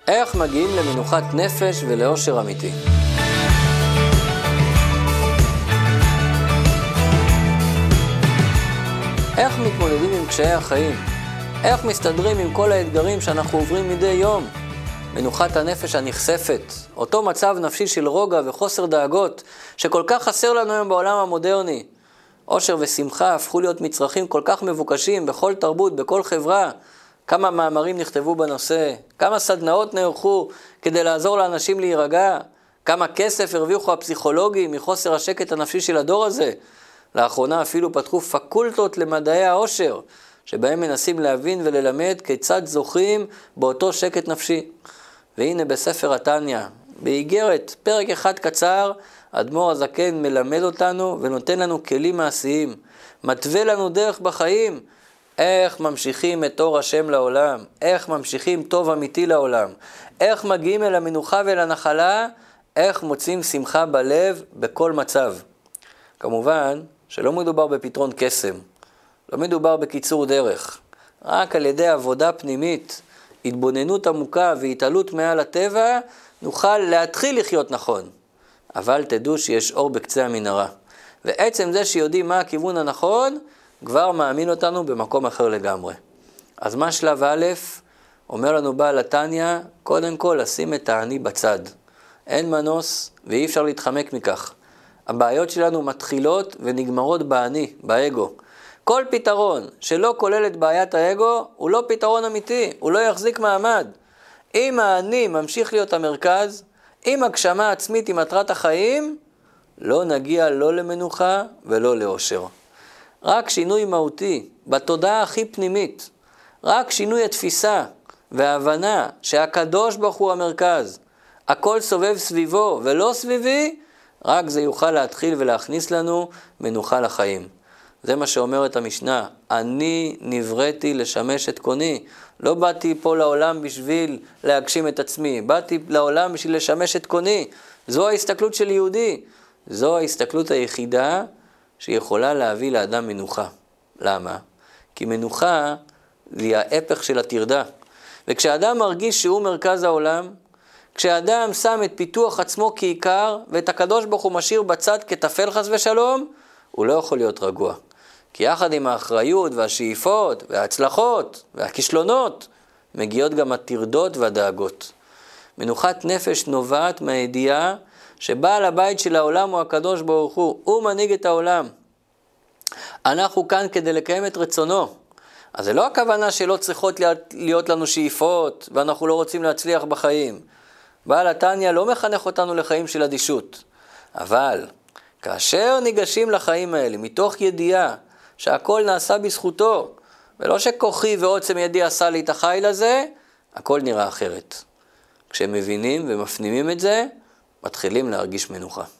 איך מגיעים למנוחת נפש ולאושר אמיתי? איך מתמודדים עם קשיי החיים? איך מסתדרים עם כל האתגרים שאנחנו עוברים מדי יום? מנוחת הנפש הנחשפת, אותו מצב נפשי של רוגע וחוסר דאגות שכל כך חסר לנו היום בעולם המודרני. אושר ושמחה הפכו להיות מצרכים כל כך מבוקשים בכל תרבות, בכל חברה. כמה מאמרים נכתבו בנושא, כמה סדנאות נערכו כדי לעזור לאנשים להירגע, כמה כסף הרוויחו הפסיכולוגים מחוסר השקט הנפשי של הדור הזה. לאחרונה אפילו פתחו פקולטות למדעי האושר, שבהם מנסים להבין וללמד כיצד זוכים באותו שקט נפשי. והנה בספר התניא, באיגרת, פרק אחד קצר, אדמו"ר הזקן מלמד אותנו ונותן לנו כלים מעשיים, מתווה לנו דרך בחיים, איך ממשיכים את אור השם לעולם, איך ממשיכים טוב אמיתי לעולם, איך מגיעים אל המנוחה ואל הנחלה, איך מוצאים שמחה בלב בכל מצב. כמובן שלא מדובר בפתרון קסם, לא מדובר בקיצור דרך, רק על ידי עבודה פנימית, התבוננות עמוקה והתעלות מעל הטבע, נוכל להתחיל לחיות נכון. אבל תדעו שיש אור בקצה המנהרה, ועצם זה שיודעים מה הכיוון הנכון, כבר מאמין אותנו במקום אחר לגמרי. אז מה שלב א'? אומר לנו בעל התניא, קודם כל לשים את האני בצד. אין מנוס ואי אפשר להתחמק מכך. הבעיות שלנו מתחילות ונגמרות באני, באגו. כל פתרון שלא כולל את בעיית האגו, הוא לא פתרון אמיתי, הוא לא יחזיק מעמד. אם האני ממשיך להיות המרכז, אם הגשמה עצמית היא מטרת החיים, לא נגיע לא למנוחה ולא לאושר. רק שינוי מהותי, בתודעה הכי פנימית, רק שינוי התפיסה וההבנה שהקדוש ברוך הוא המרכז, הכל סובב סביבו ולא סביבי, רק זה יוכל להתחיל ולהכניס לנו מנוחה לחיים. זה מה שאומרת המשנה, אני נבראתי לשמש את קוני, לא באתי פה לעולם בשביל להגשים את עצמי, באתי לעולם בשביל לשמש את קוני. זו ההסתכלות של יהודי, זו ההסתכלות היחידה שיכולה להביא לאדם מנוחה. למה? כי מנוחה היא ההפך של הטרדה. וכשאדם מרגיש שהוא מרכז העולם, כשאדם שם את פיתוח עצמו כעיקר, ואת הקדוש ברוך הוא משאיר בצד כתפל חס ושלום, הוא לא יכול להיות רגוע. כי יחד עם האחריות והשאיפות וההצלחות והכישלונות, מגיעות גם הטרדות והדאגות. מנוחת נפש נובעת מהידיעה שבעל הבית של העולם הוא הקדוש ברוך הוא, הוא מנהיג את העולם. אנחנו כאן כדי לקיים את רצונו. אז זה לא הכוונה שלא צריכות להיות לנו שאיפות, ואנחנו לא רוצים להצליח בחיים. בעל התניא לא מחנך אותנו לחיים של אדישות. אבל כאשר ניגשים לחיים האלה, מתוך ידיעה שהכל נעשה בזכותו, ולא שכוחי ועוצם ידי עשה לי את החיל הזה, הכל נראה אחרת. כשהם מבינים ומפנימים את זה, מתחילים להרגיש מנוחה.